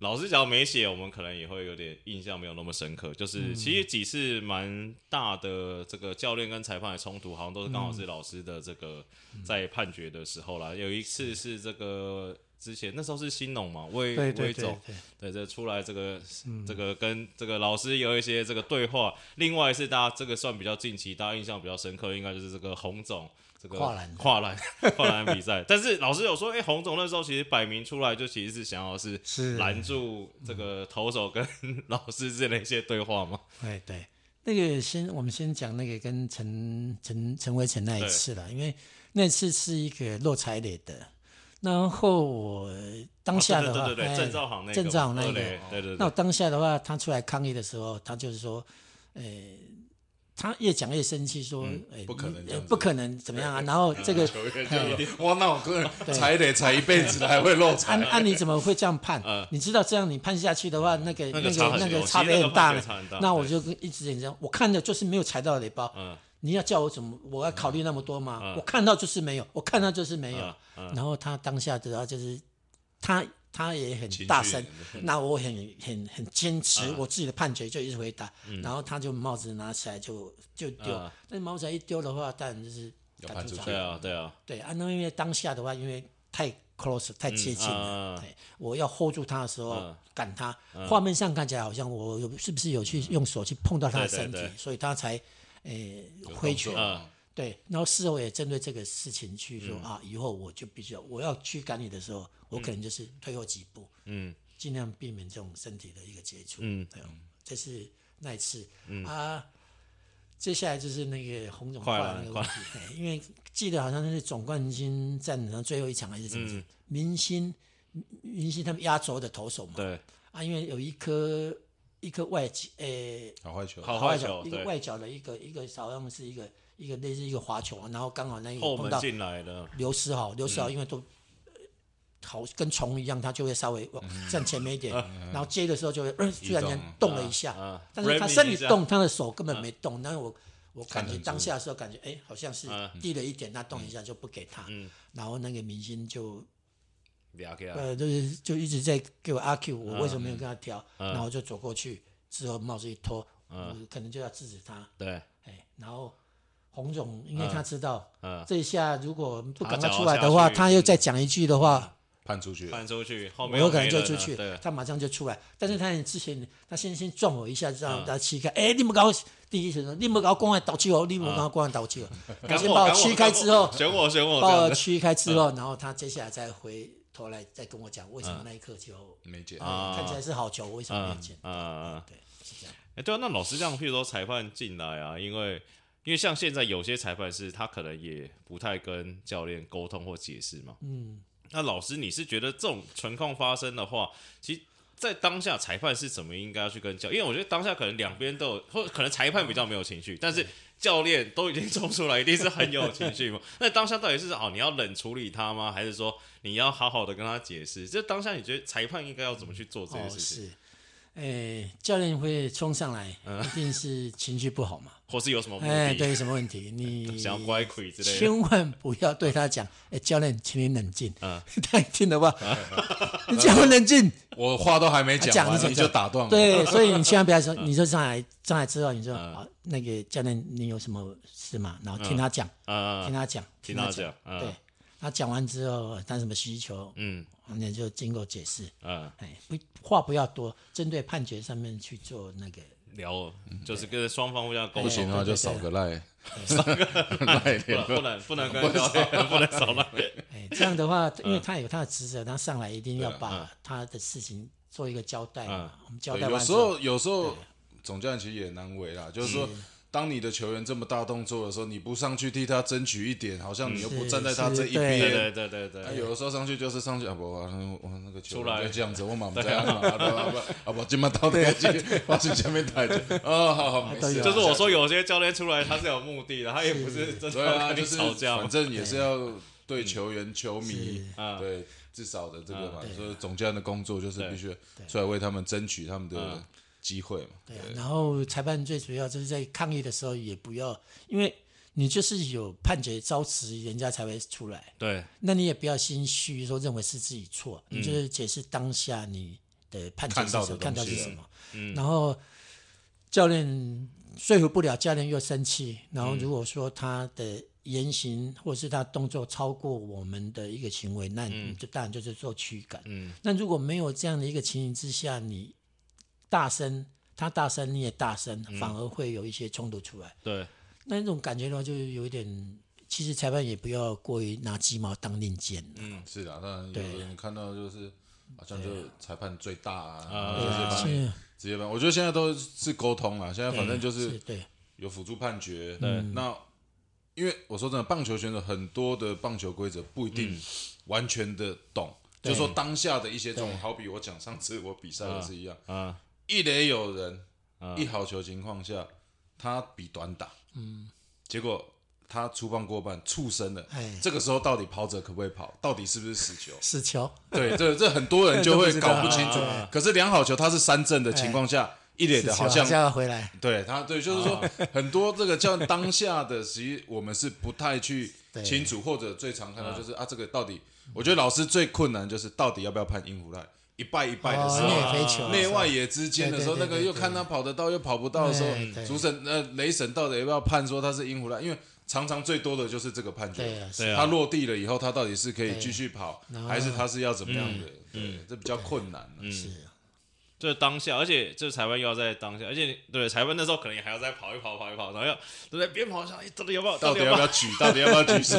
老师只要没写，我们可能也会有点印象没有那么深刻。就是其实几次蛮大的这个教练跟裁判的冲突，好像都是刚好是老师的这个在判决的时候啦。有一次是这个之前那时候是兴农嘛，魏总对这出来这个跟这个老师有一些这个对话。另外是大家这个算比较近期，大家印象比较深刻，应该就是这个洪总。这个跨栏比赛，但是老师有说，洪总那时候其实摆明出来就其实是想要是拦住这个投手跟老师之间的一些对话嘛。 对，那个我们先讲那个跟陈威成那一次啦，因为那次是一个落踩垒的，然后我当下的话， 对，郑兆航那个，对， 那我当下的话，他出来抗议的时候，他就是说，他越讲越生气，说：“ 不可能， 不可能怎么样啊？”然后这个球员就一定，哇，那我个人踩垒踩一辈子了，还会漏踩。 你怎么会这样判？你知道这样你判下去的话，那个差别很大了。那我就一直这样，我看的就是没有踩到垒包。你要叫我怎么？我要考虑那么多吗？我看到就是没有，我看到就是没有。然后他当下的就是他也很大声，那我很坚持我自己的判决，就一直回答。然后他就帽子拿起来就丢，那帽子一丢的话，当然就是赶出场。对啊，那因为当下的话，因为太 close 太接近了，我要 hold 住他的时候赶他，画面上看起来好像我是不是有去用手去碰到他的身体，所以他才挥拳。对，然后事后也针对这个事情去说以后我就必须我要驱赶你的时候，我可能就是退后几步，尽量避免这种身体的一个接触。对，这是那一次。接下来就是那个洪总跨栏那个问题，因为记得好像是总冠军战的最后一场还是什么，明星他们压轴的投手嘛， 对因为有一颗好坏球，一个外角的一个好像是一个类似一个滑球，然后刚好那个后门进来的刘思豪因为都好跟虫一样，他就会稍微站前面一点，然后接的时候就会突然间动了一下，但是他身体动，他的手根本没动。但是我感觉当下的时候感觉好像是低了一点，他动一下就不给他，然后那个明星就就一直在给我阿 Q， 我为什么没有跟他挑？然后就走过去之后帽子一脱，我可能就要制止他。 对， 然后洪总因为他知道这一下如果不赶快出来的话，他又再讲一句的话。 判出去， 后面我有可能就出去，他马上就出来。但是他之前，他先撞我一下，让他膝盖。你们搞第一次，你们搞公安倒气哦，你们搞公安倒气哦。先把我驱开之后， 选我， 把我驱开之后，然后他接下来再回头来再跟我讲，为什么那一刻球没捡， 看起来是好球，为什么没捡？对，是这样。 对啊，那老师这样，譬如说裁判进来啊，因为像现在有些裁判是他可能也不太跟教练沟通或解释嘛，那老师，你是觉得这种情况发生的话，其实，在当下裁判是怎么应该要去跟教练？因为我觉得当下可能两边都有，或可能裁判比较没有情绪，但是教练都已经冲出来，一定是很有情绪嘛。那当下到底是你要冷处理他吗？还是说你要好好的跟他解释？这当下你觉得裁判应该要怎么去做这件事情？ 教练会冲上来，一定是情绪不好嘛， 或是有什么目的？ 对，什么问题？你想要乖亏之类的， 千万不要对他讲，教练，请你冷静。他一听的话，你叫我冷静， 我话都还没讲完，你就打断我。 对，所以你千万不要说，你就上来之后，你说那个教练，你有什么事嘛？然后听他讲，听他讲，对。他讲完之后，他什么需求，那就经过解释，话不要多，针对判决上面去做那个聊，就是跟双方互相沟通。 不行的话就扫个赖， 不能跟教练不能扫赖。 这样的话，因为他有他的职责，他上来一定要把他的事情做一个交代嘛。我们交代完之后， 有时候总教练其实也难为啦，就是说。当你的球员这么大动作的时候，你不上去替他争取一点，好像你又不站在他这一边。 对。 有的时候上去就是上去我那个球员就这样子，我嘛不在我今晚到底我去前面抬着。好， 就是我说有些教练出来他是有目的的，他也不是真的就是吵架， 反正也是要对球员、球迷，对至少的这个嘛，所以总教练的工作就是必须出来为他们争取他们的。机会嘛， 对，然后裁判最主要就是在抗议的时候也不要，因为你就是有判决招词，人家才会出来。 对， 那你也不要心虚，说认为是自己错，你就是解释当下你的判决是什么，看到是什么，然后教练说服不了，教练又生气，然后如果说他的言行或是他动作超过我们的一个行为，那你就当然就是做驱赶。那如果没有这样的一个情形之下，你大声，他大声你也大声，反而会有一些冲突出来。 对， 那种感觉的话，就有一点，其实裁判也不要过于拿鸡毛当令箭。 是的，当然有的人看到就是好像就裁判最大啊，直接判。我觉得现在都是沟通啦，现在反正就是有辅助判决。那因为我说真的，棒球选手很多的棒球规则不一定完全的懂，就说当下的一些这种，好比我讲上次我比赛也是一样，一垒有人，一好球情况下，他比短打，结果他出棒过半触身了，这个时候到底跑者可不可以跑？到底是不是死球？ 死球， 对，这很多人就会搞不清楚。可是两好球他是三振的情况下，一垒的好像要回来， 对，就是说很多这个叫当下的，其实我们是不太去清楚，或者最常看到就是这个到底，我觉得老师最困难就是到底要不要判阴弧赖。一败一败的时候，内外野之间的时候，那个又看他跑得到又跑不到的时候，主审雷审到底要不要判说他是阴弧赖？因为常常最多的就是这个判决，他落地了以后，他到底是可以继续跑，还是他是要怎么样的？这比较困难。 是， 就是当下，而且这裁判又要在当下，而且对裁判那时候可能也还要再跑一跑，然后要对不对？边跑想，到底要不要？ 到底要不要举？到底要不要举手？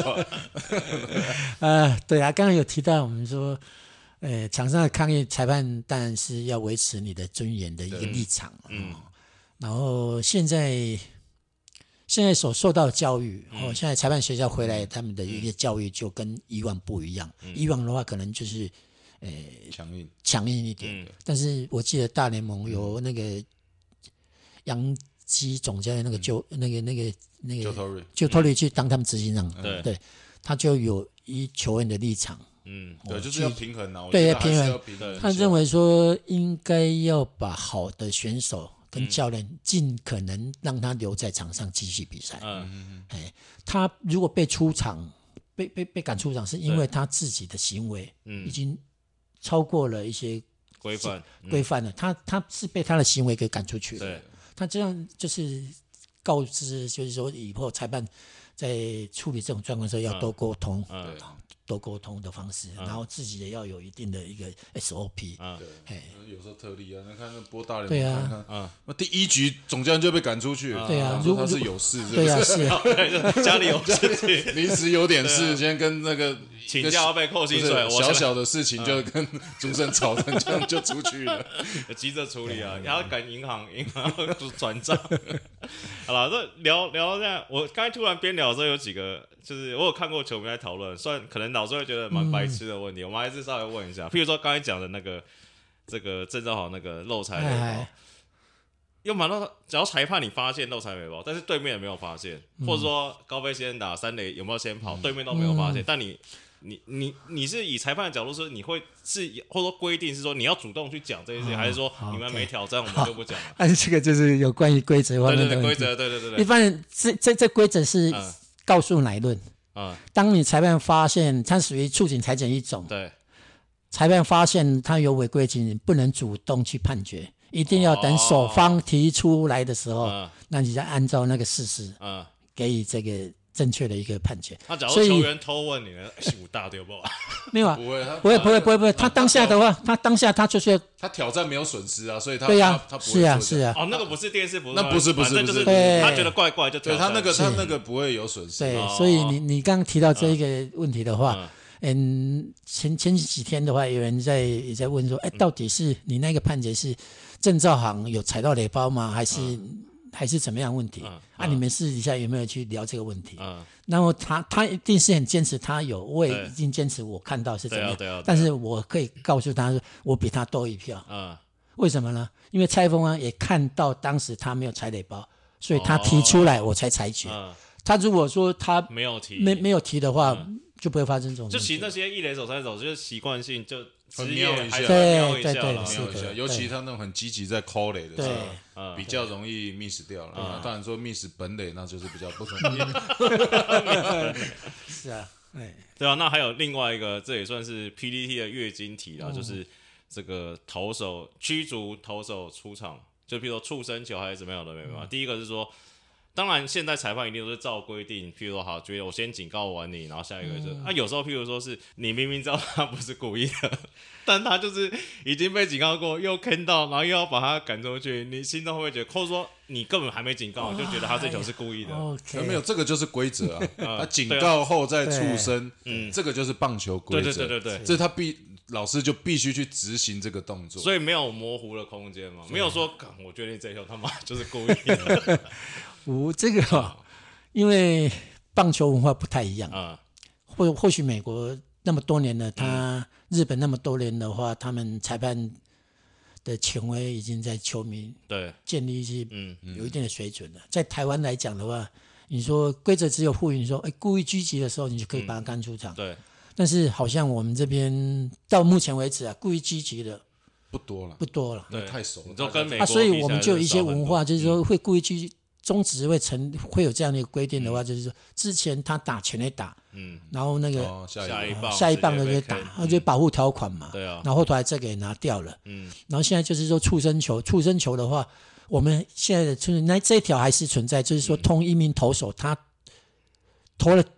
对啊，刚刚有提到我们说。场上的抗议，裁判当然是要维持你的尊严的一个立场。然后现在所受到的教育，现在裁判学校回来，他们的一个教育就跟以往不一样。以往的话，可能就是强硬一点。但是我记得大联盟有那个洋基总教练那个旧托瑞去当他们执行长，对，他就有以球员的立场。 对，就是要平衡啊。 对，要平衡。他认为说，应该要把好的选手跟教练尽可能让他留在场上继续比赛。他如果被出场，被赶出场，是因为他自己的行为已经超过了一些规范了。他是被他的行为给赶出去了。他这样就是告知，就是说以后裁判在处理这种状况的时候要多沟通。多沟通的方式，然后自己也要有一定的一个 SOP。 有时候特例啊，你看那波大联盟，看那第一局总教练就被赶出去了。 对啊， 如果他是有事， 对啊，是家里有事情， 临时有点事，先跟那个请假要被扣薪水， 小小的事情就跟主审吵成这样就出去了， 急着处理啊，然后赶银行转账。好了，这聊到这样，我刚才突然边聊的时候有几个。就是我有看过球迷在讨论，虽然可能老师会觉得蛮白痴的问题，我们还是稍微问一下。譬如说刚才讲的那个这个郑兆豪那个漏裁垒包，又蛮多，只要裁判你发现漏裁垒包，但是对面也没有发现，或者说高飞先打三垒有没有先跑，对面都没有发现，但你是以裁判的角度说，你会是或者说规定是说你要主动去讲这些事情，还是说你们没挑战我们就不讲了？ 但是这个就是有关于规则方面的规则，对。 一般人这规则是。告诉乃论，当你裁判发现它属于触警裁剪一种， 对， 裁判发现他有违规情形，不能主动去判决，一定要等守方提出来的时候，那你再按照那个事实，给予这个正确的一个判决。 那假如球员偷问你呢？五大对不？ 没有啊，不会。他当下的话，他就是他挑战没有损失啊，所以他对呀， 他不会是啊。 哦，那个不是电视不是， 那不是， 反正就是他觉得怪就挑战。 对他那个不会有损失。 对，所以你刚刚提到这一个问题的话，前几天的话，有人也在问说，到底是你那个判决是郑兆航有踩到垒包吗？还是怎么样问题？你们私底下有没有去聊这个问题？然后他一定是很坚持，我也已经坚持，我看到是怎么样。但是我可以告诉他说，我比他多一票。为什么呢？因为蔡峰也看到当时他没有踩垒包，所以他提出来，我才裁决。他如果说他没有提的话，就不会发生这种。 就其实那些一垒手、三垒手，就是习惯性就瞄一下， 对， 尤其他那种很积极在 call 垒的时候，比较容易 miss 掉了。当然说 miss 本垒那就是比较不容易。 是啊， 对啊。那还有另外一个，这也算是 PTT 的月经题啦，就是这个投手驱逐投手出场，就比如说触身球还是怎么样的，没办法。第一个是说，当然现在裁判一定都是照规定，譬如说好，觉得我先警告完你，然后下一个就是有时候譬如说是你明明知道他不是故意的，但他就是已经被警告过，又看到，然后又要把他赶出去，你心中会不会觉得，或者说你根本还没警告，你就觉得他这球是故意的？ Okay. 没有，这个就是规则啊。他警告后再触身，这个就是棒球规则。 对， 这他老师就必须去执行这个动作， 所以没有模糊的空间嘛，没有说我决定这球他妈就是故意的。 这个因为棒球文化不太一样，或许美国那么多年了，日本那么多年的话，他们裁判的权威已经在球迷建立一些有一定的水准了。在台湾来讲的话，你说规则只有赋予说，故意狙击的时候，你就可以把他赶出场。 对。 但是好像我们这边到目前为止故意狙击的不多了， 对， 太熟了， 都跟美国所以我们就有一些文化，就是说会故意狙击。中职会有这样的一个规定的话，就是说之前他打全垒打，然后那个下一棒的就打，他就保护条款嘛， 对啊， 然后后来这个也拿掉了，然后现在就是说触身球的话，我们现在的这一条还是存在，就是说同一名投手他投了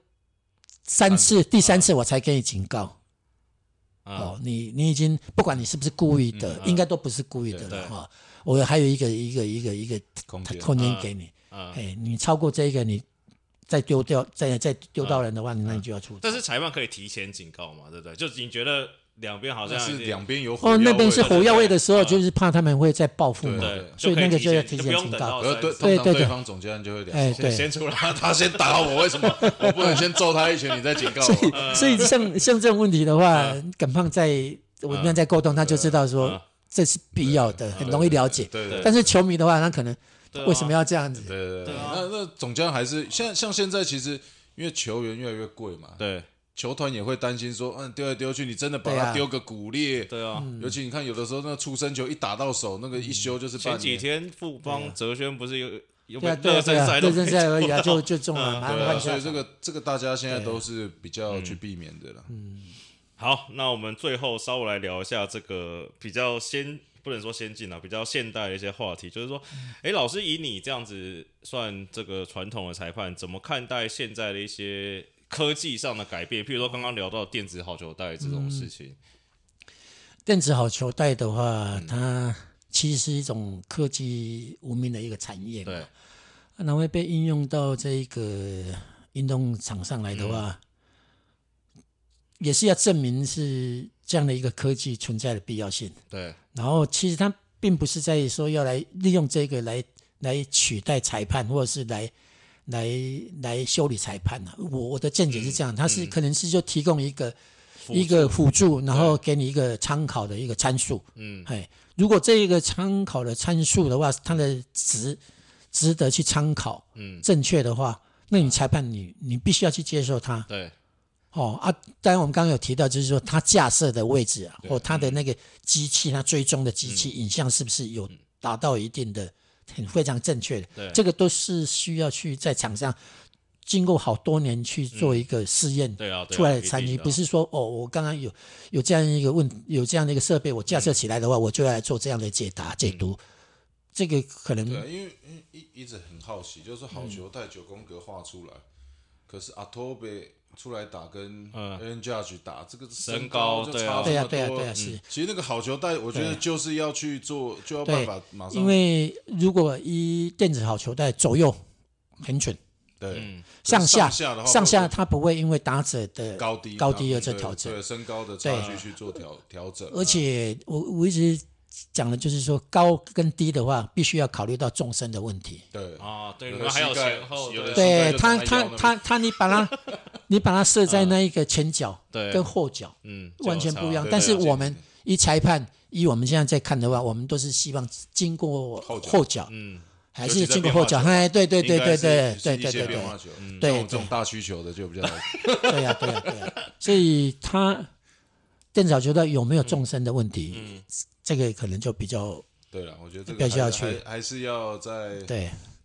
3次，第3次我才给你警告。你已经不管你是不是故意的，应该都不是故意的了哈。我还有一个空间给你，你超过这个，你再丢到人的话，那你就要出场。 但是裁判可以提前警告嘛，对不对？就你觉得两边好像是两边有火药味那边是火药味的时候，就是怕他们会再报复嘛，所以那个就要提前警告。 对，对方总监就会先出来，他先打我，为什么我不能先揍他一拳，你再警告我？ 所以像这种问题的话，耿胖我们在沟通，他就知道说这是必要的，很容易了解。但是球迷的话，他可能为什么要这样子？ 对，那总监还是像现在，其实因为球员越来越贵嘛， 对。 球团也会担心说，丢来丢去，你真的把它丢个骨裂， 对啊， 尤其你看有的时候那个出生球一打到手，那个一修就是半年。 前几天富邦哲轩不是有热身赛而已啊，就中了， 对，所以这个大家现在都是比较去避免的了。 好，那我们最后稍微来聊一下这个比较不能说先进比较现代的一些话题，就是说，老师以你这样子算这个传统的裁判，怎么看待现在的一些科技上的改变？譬如说刚刚聊到电子好球带这种事情。 电子好球带的话，它其实是一种科技无名的一个产业嘛， 对， 那会被应用到这个运动场上来的话，也是要证明是这样的一个科技存在的必要性。 对， 然后其实它并不是在说要来利用这个来取代裁判，或者是来修理裁判我的见解是这样，它是可能是就提供一个辅助，然后给你一个参考的一个参数。如果这一个参考的参数的话，它的值得去参考，正确的话，那你裁判你必须要去接受它。 对。 当然我们刚刚有提到，就是说它架设的位置或它的那个机器，它追踪的机器影像是不是有达到一定的非常正确的，这个都是需要去在场上经过好多年去做一个试验出来的参与，不是说我刚刚有这样一个有这样的一个设备，我架设起来的话，我就要来做这样的解读，这个可能对，因为一直很好奇，就是说好球带9宫格画出来，可是阿托贝出来打跟 Aaron Judge 打，这个身高就差这么多。 对啊，是。 其实那个好球带，我觉得就是要去做，就要办法马上。 因为如果以电子好球带左右很准， 对， 上下它不会因为打者的高低而做调整， 对身高的差距去做调整。 而且我一直讲的就是说，高跟低的话，必须要考虑到纵深的问题。 对对，还有前后， 对他你把它设在那一个前脚跟后脚，完全不一样。但是我们裁判以我们现在在看的话，我们都是希望经过后脚，还是经过后脚。对， 变化球，对这种大需求的就比较对呀。所以他电子好球带有没有纵深的问题？这个可能就比较对了，我觉得这个还是要在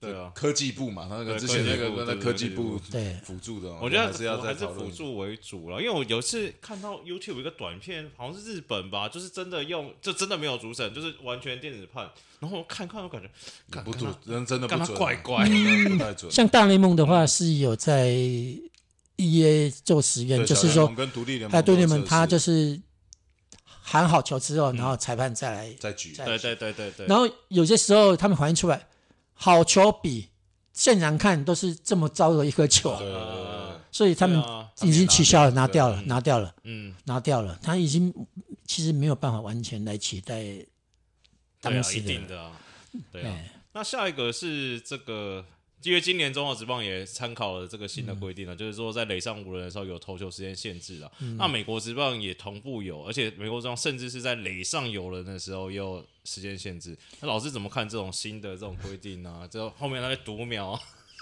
对啊， 科技部嘛，那个之前那个科技部对辅助的， 我觉得还是要还是辅助为主了。因为我有一次看到 YouTube 一个短片，好像是日本吧，就是真的就真的没有主审，就是完全电子判。然后我看我感觉不准，人真的不准， 怪，不太准。 像大联盟的话是有在EA 做实验，就是说， 跟独立联盟他就是喊好球之后，然后裁判再举， 对。 然后有些时候他们反映出来，好球比现场看都是这么糟的一颗球，所以他们已经取消了，拿掉了，他已经其实没有办法完全来取代当时一定的啊，对啊。那下一个是这个。因为今年中华职棒也参考了这个新的规定了，就是说在垒上无人的时候有投球时间限制了。那美国职棒也同步有，而且美国职棒甚至是在垒上有人的时候也有时间限制。那老师怎么看这种新的这种规定呢？之后面那些读秒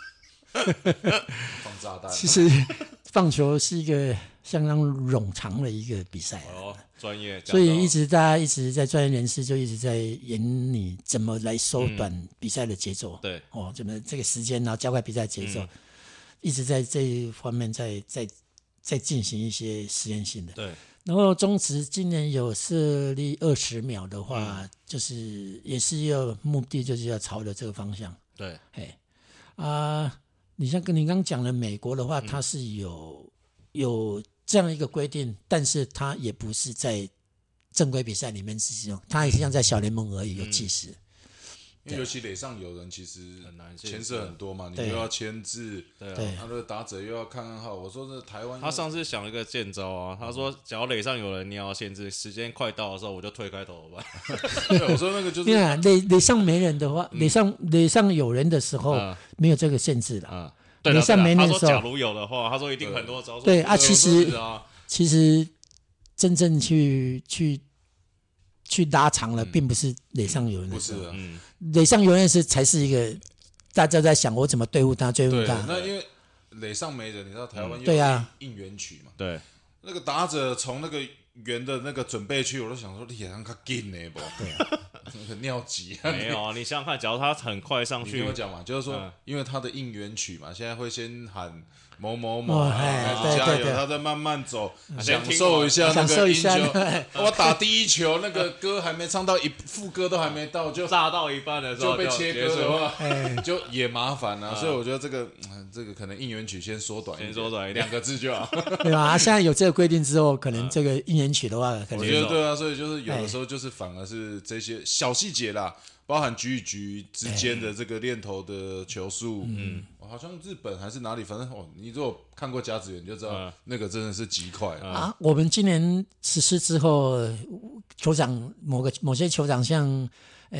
放炸弹。 其实棒球是一个相当冗长的一个比赛， 专业， 所以大家一直在专业人士就一直在演你怎么来缩短比赛的节奏， 对， 怎么这个时间然后加快比赛节奏，一直在这一方面在进行一些实验性的， 对。 然后中职今年有设立20秒的话，就是也是要目的就是要朝着这个方向， 对， 你像跟你刚刚讲的美国的话，它是有这样一个规定，但是它也不是在正规比赛里面使用，它也是像在小联盟而已有计时。 因为尤其垒上有人，其实很难牵涉很多嘛，你又要签字， 对， 他的打者又要看暗号。我说这台湾， 他上次想了一个剑招啊，他说只要垒上有人，你要限制，时间快到的时候我就推开投吧。 对，我说那个就是， 垒上没人的话，垒上有人的时候没有这个限制了。 垒上没人的时候， 他说假如有的话，他说一定很多招数。 对啊，其实真正去拉长了，并不是垒上有人的时候，垒上有人才是一个大家在想我怎么对付他。 那因为垒上没人，你知道台湾有应援曲嘛？ 对， 那个打者从那个圆的那个准备区，我都想说你让他紧呢不？对啊，那个尿急啊！ 没有啊，你想想看，假如他很快上去， 你听我讲嘛，就是说，因为他的应援曲嘛，现在会先喊某某某，开始加油，他再慢慢走，享受一下那个音球。我打第一球，那个歌还没唱到副歌都还没到，就炸到一半的时候就被切歌的话，就也麻烦了。所以我觉得这个可能应援曲先缩短一点，2个字就好。 对吧？现在有这个规定之后，可能这个应援曲的话，可能我觉得对啊，所以就是有的时候就是反而是这些小细节啦。包含局与局之间的这个练投的球速，好像日本还是哪里，反正你如果看过甲子园，你就知道那个真的是极快啊。我们今年实施之后，球场某些球场像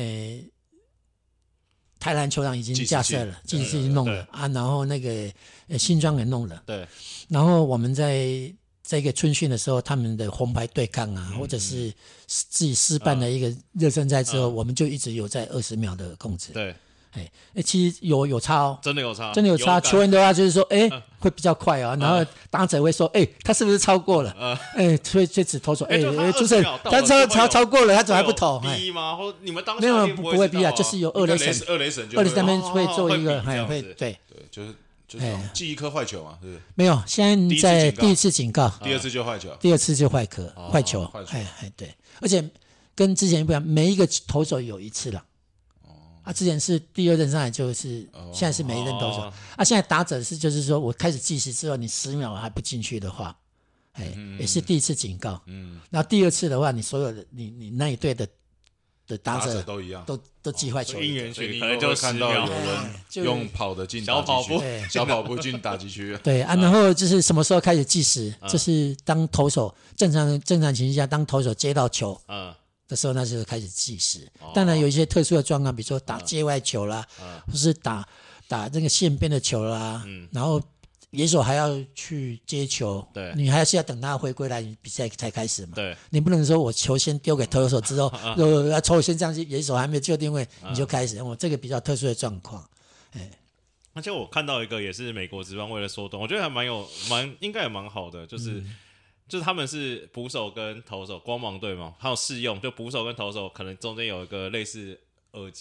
台南球场已经架设了，计时器已经弄了啊，然后那个新庄也弄了， 对， 然后我们在这个春训的时候，他们的红牌对抗啊，或者是自己试办的一个热身赛之后，我们就一直有在20秒的控制。 对， 其实有差哦， 真的有差， 真的有差。球员的话就是说，会比较快啊，然后打者会说，他是不是超过了？所以指投手，主审他超过了，他怎么还不投？ 逼吗？或你们当没有不会逼啊，就是有二垒审那边会做一个，会对， 就是记一颗坏球嘛，是不是？ 没有，现在在第一次警告， 第二次就坏球， 第二次就坏球，对，而且跟之前不一样，每一个投手有一次了。之前是第二任上来就是，现在是每一任投手。现在打者是就是说我开始计时之后，你10秒还不进去的话，也是第一次警告。然后第二次的话，你所有的你那一队的打者都一样， 都击坏球。 应援曲可能就看到有人用跑的进打击区，小跑步进打击区。 对然后就是什么时候开始计时？就是当投手正常情况下，当投手接到球的时候，那就开始计时。当然有一些特殊的状况，比如说打界外球啦，或是打那个线边的球啦，然后野手还要去接球，你还是要等他回归来，比赛才开始嘛。 对， 你不能说我球先丢给投手之后，球先上去，野手还没有就定位，你就开始。这个比较特殊的状况。 而且我看到一个也是美国职棒为了缩短，我觉得还应该也蛮好的，就是他们是捕手跟投手光芒队嘛，还有试用，就捕手跟投手可能中间有一个类似耳机，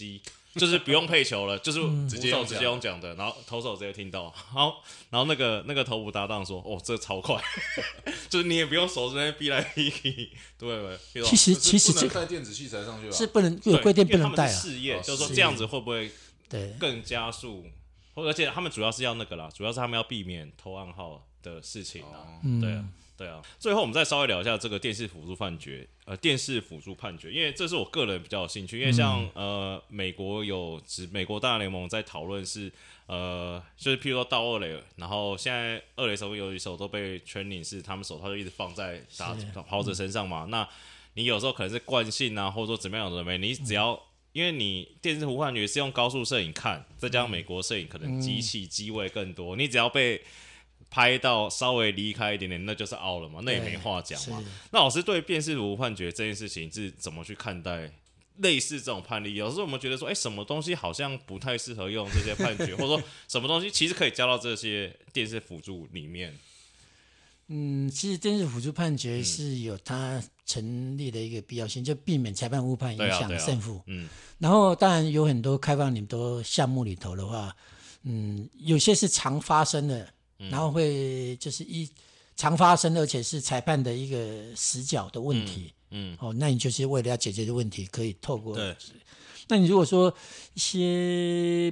就是不用配球了，就是捕手直接用讲的，然后投手直接听到，然后那个投捕搭档说：“哦，这超快，就是你也不用手这边逼来逼去，对。” 其实不能带电子器材上去吧？ 是不能有规定不能带啊。 试验就是说这样子会不会更加速？而且他们主要是要那个啦，主要是他们要避免偷暗号的事情啦。对啊。最后我们再稍微聊一下这个电视辅助判决，因为这是我个人比较有兴趣，因为像美国美国大联盟在讨论是就是譬如说到二垒，然后现在二垒手跟游击手都被training是他们手套就一直放在跑者身上嘛，那你有时候可能是惯性啊，或者说怎么样的你只要因为你电视辅助判决是用高速摄影看，再加上美国摄影可能机位更多，你只要被拍到稍微离开一点点，那就是 out 了嘛，那也没话讲嘛。那老师对电视辅助判决这件事情是怎么去看待？类似这种判例，有时候我们觉得说，什么东西好像不太适合用这些判决，或者说什么东西其实可以加到这些电视辅助里面。 其实电视辅助判决是有它成立的一个必要性，就避免裁判误判影响胜负。然后当然有很多开放很多项目里头的话，有些是常发生的，然后会就是常发生，而且是裁判的一个死角的问题。那你就是为了要解决这问题，可以透过。那你如果说一些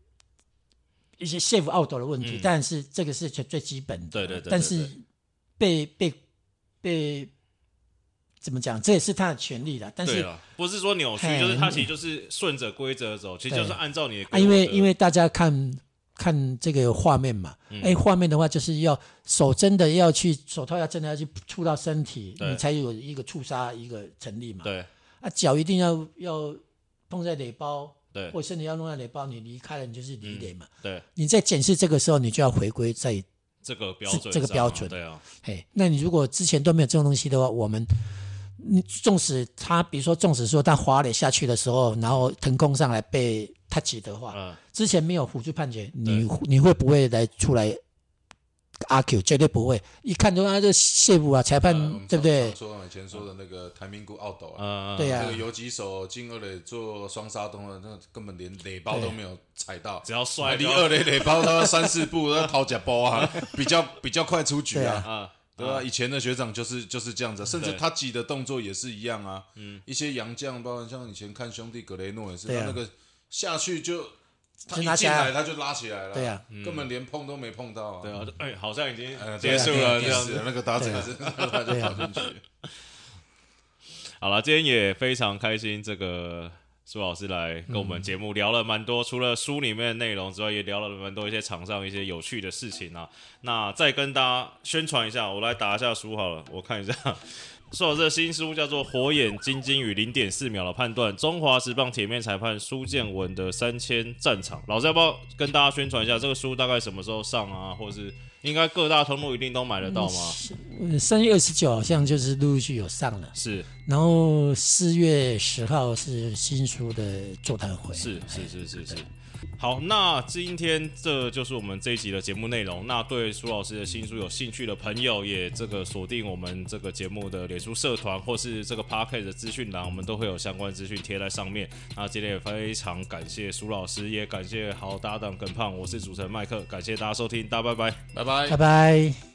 save out 的问题，但是这个是最基本的。对。但是被怎么讲？这也是他的权利啦。但是不是说扭曲，就是他其实就是顺着规则走，其实就是按照你的规则。 因为大家看这个画面嘛，画面的话就是要手真的要去手套要真的要去触到身体，你才有一个触杀一个成立嘛。 对。 脚一定要碰在垒包，对，或身体要弄在垒包，你离开了你就是离垒嘛。 对。你在检视这个时候，你就要回归在这个标准。 对啊。 那你如果之前都没有这种东西的话，纵使他比如说说他滑垒下去的时候，然后腾空上来被 touch 的话，之前没有辅助判决，你会不会出来 argue？ 绝对不会，一看就这谢服啊，裁判对不对？ 以前说的那个台名股 out 对啊， 那个游击手进二垒做双杀动的，那根本连垒包都没有踩到， 只要摔离二垒垒包他3-4步，要掏假包啊，比较快出局啊。对啊，以前的学长就是这样子，甚至他挤的动作也是一样啊。一些洋将，包括像以前看兄弟格雷诺也是，他那个下去就他一进来他就拉起来了， 对啊， 根本连碰都没碰到啊。 对啊，好像已经结束了这样子， 那个打者是他就跑进去。 好了，今天也非常开心，这个苏老师来跟我们节目聊了蛮多，除了书里面的内容之外，也聊了蛮多一些场上一些有趣的事情啊。那再跟大家宣传一下，我来打一下书好了，我看一下。苏老师的新书叫做《火眼金睛与0.4秒的判断：中华职棒铁面裁判苏建文的3000战场》。老师要不要跟大家宣传一下这个书大概什么时候上啊？或是应该各大通路一定都买得到吗 ？3月29好像就是陆续有上了， 是。 然后4月10号是新书的座谈会， 是。好，那今天这就是我们这一集的节目内容。那对苏老师的新书有兴趣的朋友，也锁定我们这个节目的脸书社团或是这个 Podcast 的资讯栏，我们都会有相关资讯贴在上面。那今天也非常感谢苏老师，也感谢好搭档耿胖，我是主持人麦克，感谢大家收听，大家拜拜， 拜拜， 拜拜。